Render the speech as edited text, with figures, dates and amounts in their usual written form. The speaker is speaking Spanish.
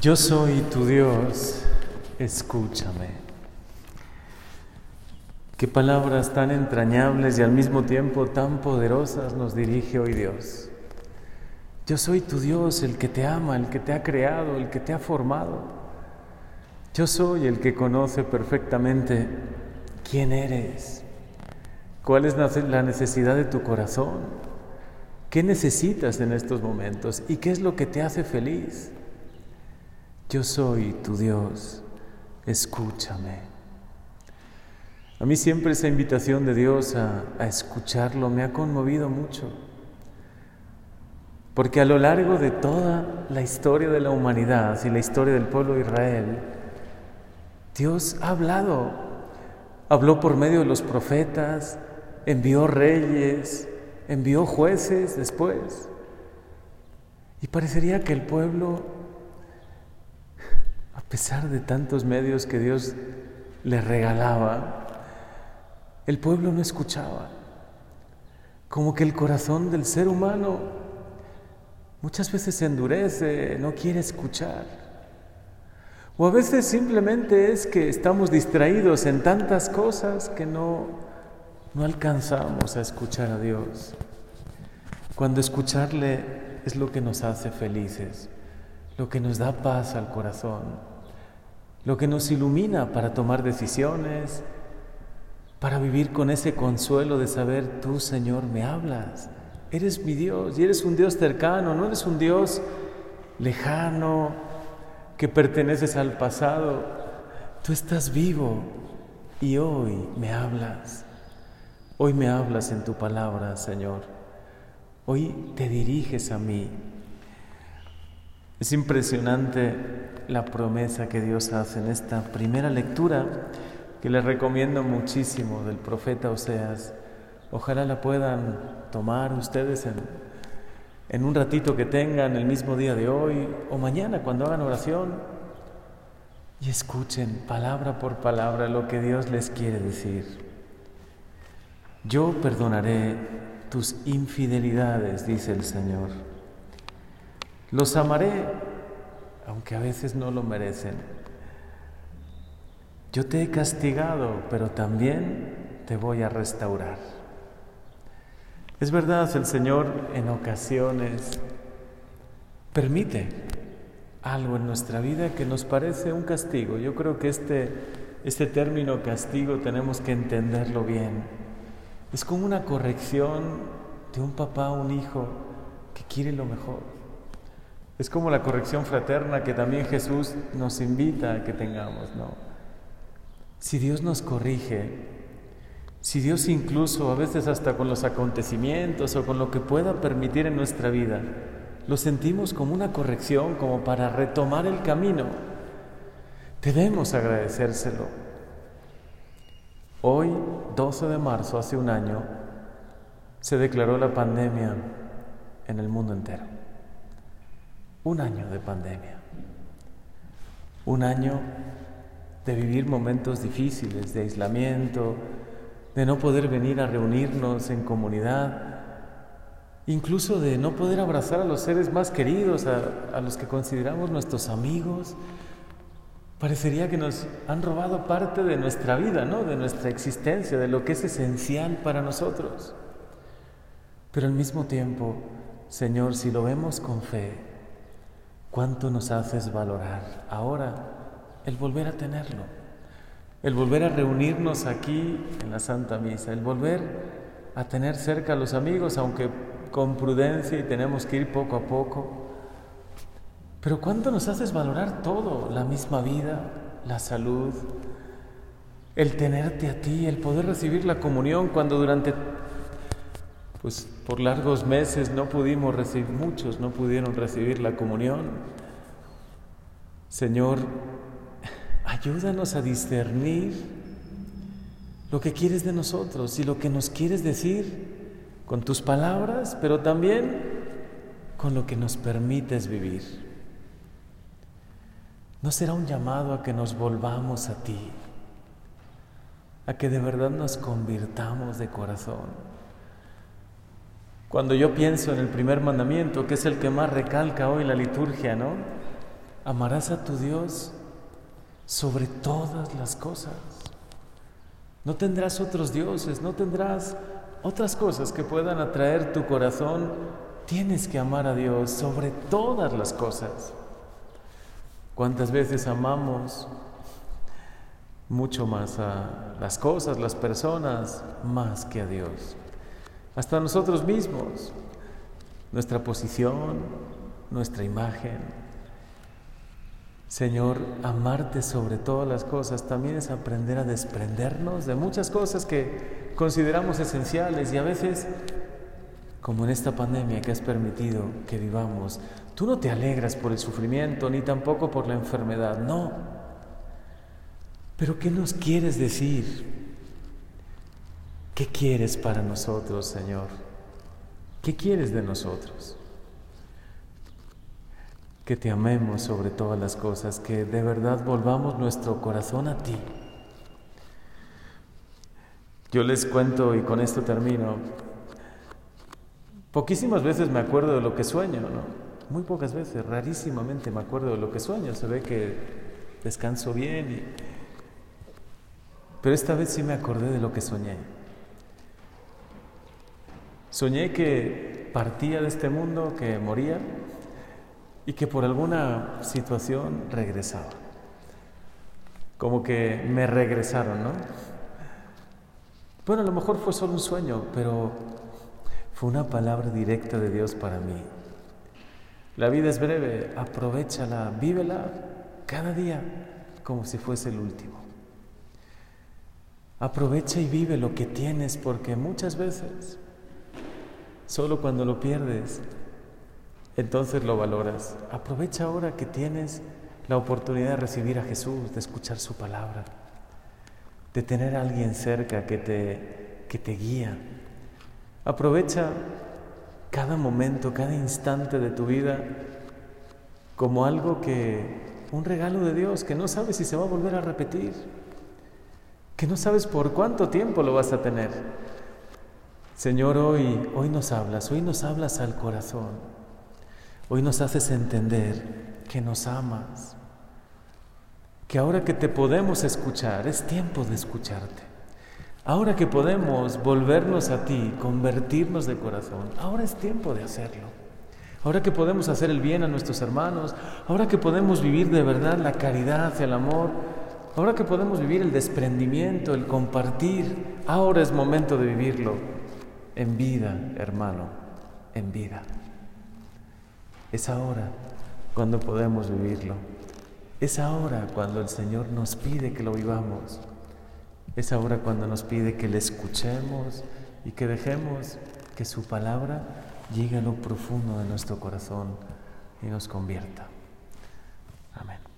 Yo soy tu Dios, escúchame. Qué palabras tan entrañables y al mismo tiempo tan poderosas nos dirige hoy Dios. Yo soy tu Dios, el que te ama, el que te ha creado, el que te ha formado. Yo soy el que conoce perfectamente quién eres, cuál es la necesidad de tu corazón, qué necesitas en estos momentos y qué es lo que te hace feliz. Yo soy tu Dios, escúchame. A mí siempre esa invitación de Dios a escucharlo me ha conmovido mucho, porque a lo largo de toda la historia de la humanidad y la historia del pueblo de Israel, Dios ha habló por medio de los profetas, envió reyes, envió jueces después, y parecería que el pueblo, a pesar de tantos medios que Dios le regalaba, el pueblo no escuchaba. Como que el corazón del ser humano muchas veces se endurece, no quiere escuchar. O a veces simplemente es que estamos distraídos en tantas cosas que no alcanzamos a escuchar a Dios. Cuando escucharle es lo que nos hace felices, lo que nos da paz al corazón, lo que nos ilumina para tomar decisiones, para vivir con ese consuelo de saber, tú, Señor, me hablas, eres mi Dios y eres un Dios cercano, no eres un Dios lejano que perteneces al pasado. Tú estás vivo y hoy me hablas en tu palabra, Señor. Hoy te diriges a mí. Es impresionante la promesa que Dios hace en esta primera lectura, que les recomiendo muchísimo, del profeta Oseas. Ojalá la puedan tomar ustedes en un ratito que tengan el mismo día de hoy o mañana cuando hagan oración y escuchen palabra por palabra lo que Dios les quiere decir. Yo perdonaré tus infidelidades, dice el Señor. Los amaré, aunque a veces no lo merecen. Yo te he castigado, pero también te voy a restaurar. Es verdad, el Señor en ocasiones permite algo en nuestra vida que nos parece un castigo. Yo creo que este término castigo tenemos que entenderlo bien. Es como una corrección de un papá a un hijo que quiere lo mejor. Es como la corrección fraterna que también Jesús nos invita a que tengamos, ¿no? Si Dios nos corrige, si Dios incluso a veces hasta con los acontecimientos o con lo que pueda permitir en nuestra vida, lo sentimos como una corrección, como para retomar el camino, debemos agradecérselo. Hoy, 12 de marzo, hace un año, se declaró la pandemia en el mundo entero. Un año de pandemia. Un año de vivir momentos difíciles, de aislamiento, de no poder venir a reunirnos en comunidad, incluso de no poder abrazar a los seres más queridos, a los que consideramos nuestros amigos. Parecería que nos han robado parte de nuestra vida, ¿no? De nuestra existencia, de lo que es esencial para nosotros. Pero al mismo tiempo, Señor, si lo vemos con fe, ¿cuánto nos haces valorar ahora el volver a tenerlo? El volver a reunirnos aquí en la Santa Misa, el volver a tener cerca a los amigos, aunque con prudencia y tenemos que ir poco a poco. Pero ¿cuánto nos haces valorar todo? La misma vida, la salud, el tenerte a ti, el poder recibir la comunión cuando por largos meses muchos no pudieron recibir la comunión. Señor, ayúdanos a discernir lo que quieres de nosotros y lo que nos quieres decir con tus palabras, pero también con lo que nos permites vivir. ¿No será un llamado a que nos volvamos a ti, a que de verdad nos convirtamos de corazón? Cuando yo pienso en el primer mandamiento, que es el que más recalca hoy la liturgia, ¿no? Amarás a tu Dios sobre todas las cosas. No tendrás otros dioses, no tendrás otras cosas que puedan atraer tu corazón. Tienes que amar a Dios sobre todas las cosas. ¿Cuántas veces amamos mucho más a las cosas, las personas, más que a Dios? Hasta nosotros mismos, nuestra posición, nuestra imagen. Señor, amarte sobre todas las cosas también es aprender a desprendernos de muchas cosas que consideramos esenciales y a veces, como en esta pandemia que has permitido que vivamos, tú no te alegras por el sufrimiento ni tampoco por la enfermedad, no. Pero ¿qué nos quieres decir? ¿Qué quieres para nosotros, Señor? ¿Qué quieres de nosotros? Que te amemos sobre todas las cosas, que de verdad volvamos nuestro corazón a ti. Yo les cuento, y con esto termino, poquísimas veces me acuerdo de lo que sueño, ¿no? Muy pocas veces, rarísimamente me acuerdo de lo que sueño. Se ve que descanso bien, pero esta vez sí me acordé de lo que soñé. Soñé que partía de este mundo, que moría, y que por alguna situación regresaba. Como que me regresaron, ¿no? Bueno, a lo mejor fue solo un sueño, pero fue una palabra directa de Dios para mí. La vida es breve, aprovéchala, vívela cada día como si fuese el último. Aprovecha y vive lo que tienes, porque muchas veces, solo cuando lo pierdes, entonces lo valoras. Aprovecha ahora que tienes la oportunidad de recibir a Jesús, de escuchar su palabra, de tener a alguien cerca que te guía. Aprovecha cada momento, cada instante de tu vida como algo un regalo de Dios, que no sabes si se va a volver a repetir, que no sabes por cuánto tiempo lo vas a tener. Señor, hoy nos hablas al corazón. Hoy nos haces entender que nos amas, que ahora que te podemos escuchar, es tiempo de escucharte. Ahora que podemos volvernos a ti, convertirnos de corazón, ahora es tiempo de hacerlo. Ahora que podemos hacer el bien a nuestros hermanos, ahora que podemos vivir de verdad la caridad, el amor, ahora que podemos vivir el desprendimiento, el compartir, ahora es momento de vivirlo en vida, hermano, en vida. Es ahora cuando podemos vivirlo. Es ahora cuando el Señor nos pide que lo vivamos. Es ahora cuando nos pide que le escuchemos y que dejemos que su palabra llegue a lo profundo de nuestro corazón y nos convierta. Amén.